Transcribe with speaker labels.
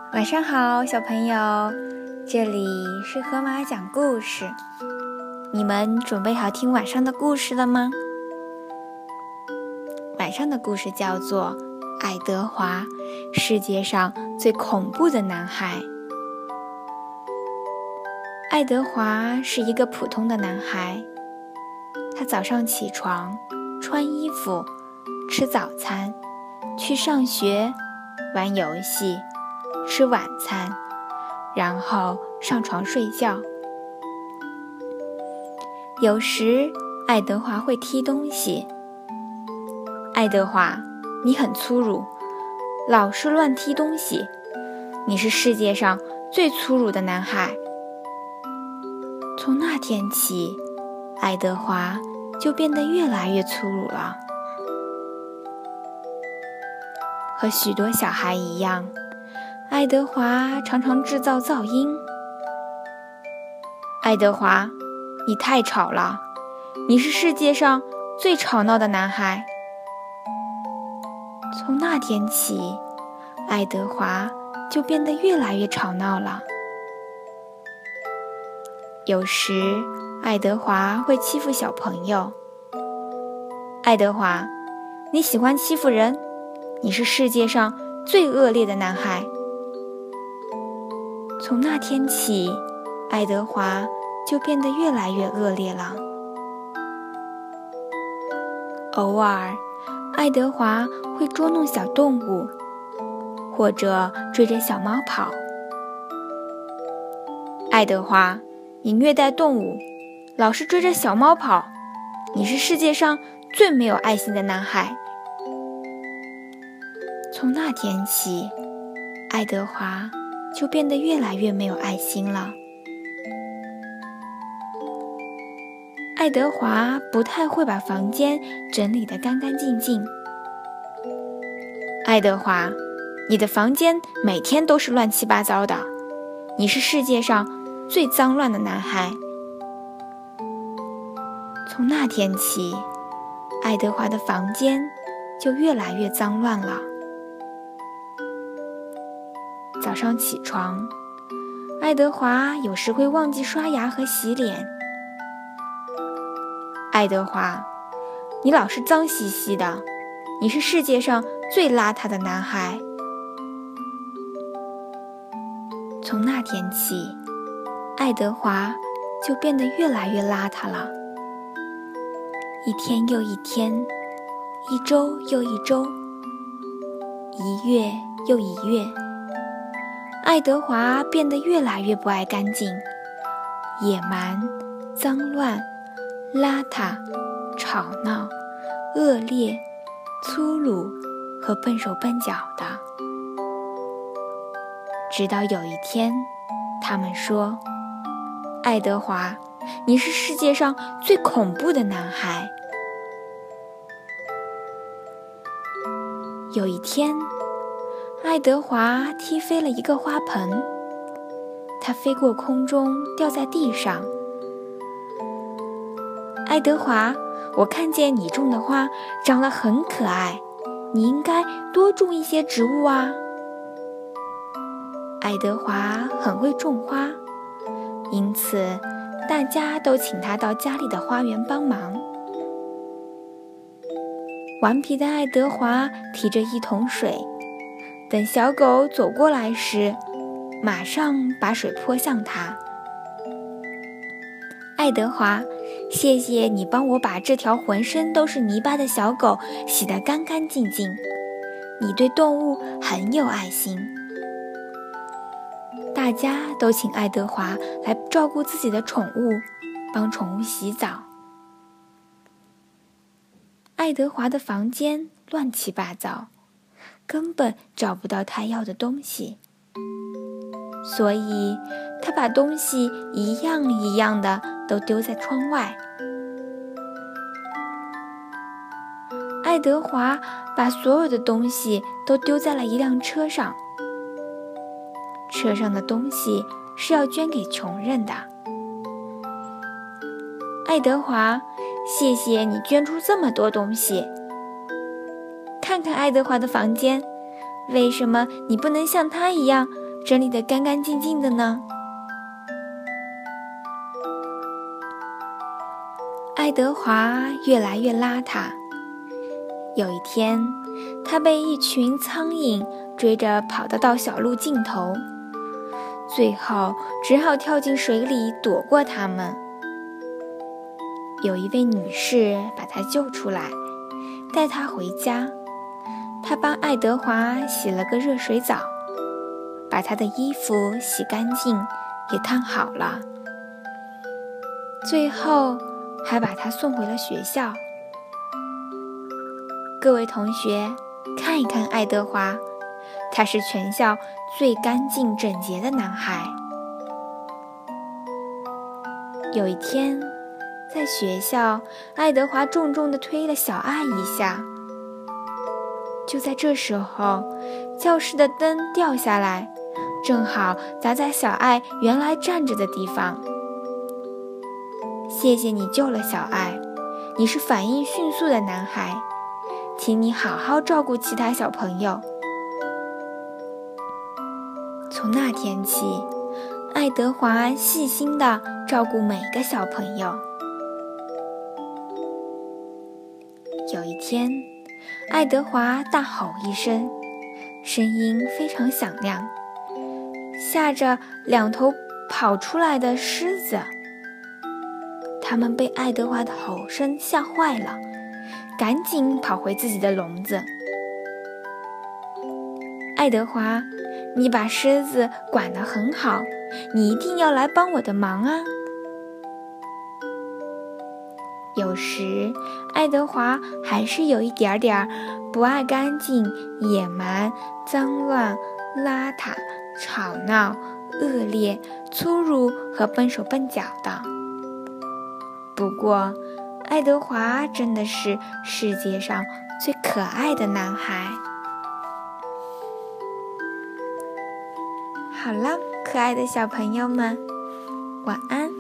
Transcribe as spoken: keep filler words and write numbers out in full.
Speaker 1: 晚上好，小朋友，这里是河马讲故事。你们准备好听晚上的故事了吗？晚上的故事叫做《爱德华，世界上最恐怖的男孩》。爱德华是一个普通的男孩，他早上起床，穿衣服，吃早餐，去上学，玩游戏，吃晚餐，然后上床睡觉。有时爱德华会踢东西。爱德华，你很粗鲁，老是乱踢东西，你是世界上最粗鲁的男孩。从那天起，爱德华就变得越来越粗鲁了。和许多小孩一样，爱德华常常制造噪音。爱德华，你太吵了，你是世界上最吵闹的男孩。从那天起，爱德华就变得越来越吵闹了。有时，爱德华会欺负小朋友。爱德华，你喜欢欺负人，你是世界上最恶劣的男孩。从那天起，爱德华就变得越来越恶劣了。偶尔，爱德华会捉弄小动物，或者追着小猫跑。爱德华，你虐待动物，老是追着小猫跑，你是世界上最没有爱心的男孩。从那天起，爱德华就变得越来越没有爱心了。爱德华不太会把房间整理得干干净净。爱德华，你的房间每天都是乱七八糟的，你是世界上最脏乱的男孩。从那天起，爱德华的房间就越来越脏乱了。早上起床，爱德华有时会忘记刷牙和洗脸。爱德华，你老是脏兮兮的，你是世界上最邋遢的男孩。从那天起，爱德华就变得越来越邋遢了。一天又一天，一周又一周，一月又一月，爱德华变得越来越不爱干净，野蛮、脏乱、邋遢、吵闹、恶劣、粗鲁和笨手笨脚的。直到有一天，他们说：爱德华，你是世界上最恐怖的男孩。有一天，爱德华踢飞了一个花盆，它飞过空中，掉在地上。爱德华，我看见你种的花长得很可爱，你应该多种一些植物啊。爱德华很会种花，因此大家都请他到家里的花园帮忙。顽皮的爱德华提着一桶水，等小狗走过来时，马上把水泼向他。爱德华，谢谢你帮我把这条浑身都是泥巴的小狗洗得干干净净，你对动物很有爱心。大家都请爱德华来照顾自己的宠物，帮宠物洗澡。爱德华的房间乱七八糟，根本找不到他要的东西，所以他把东西一样一样的都丢在窗外。爱德华把所有的东西都丢在了一辆车上，车上的东西是要捐给穷人的。爱德华，谢谢你捐出这么多东西。看看爱德华的房间，为什么你不能像他一样整理得干干净净的呢？爱德华越来越邋遢。有一天，他被一群苍蝇追着跑到到小路尽头，最后只好跳进水里躲过他们。有一位女士把他救出来，带他回家。她帮爱德华洗了个热水澡，把他的衣服洗干净，也烫好了。最后还把他送回了学校。各位同学，看一看爱德华，他是全校最干净整洁的男孩。有一天，在学校，爱德华重重地推了小爱一下。就在这时候，教室的灯掉下来，正好砸在小爱原来站着的地方。谢谢你救了小爱，你是反应迅速的男孩，请你好好照顾其他小朋友。从那天起，爱德华细心地照顾每个小朋友。有一天，爱德华大吼一声，声音非常响亮，吓着两头跑出来的狮子。他们被爱德华的吼声吓坏了，赶紧跑回自己的笼子。爱德华，你把狮子管得很好，你一定要来帮我的忙啊！有时，爱德华还是有一点点不爱干净、野蛮、脏乱、邋遢、吵闹、恶劣、粗鲁和笨手笨脚的。不过，爱德华真的是世界上最可爱的男孩。好了，可爱的小朋友们，晚安。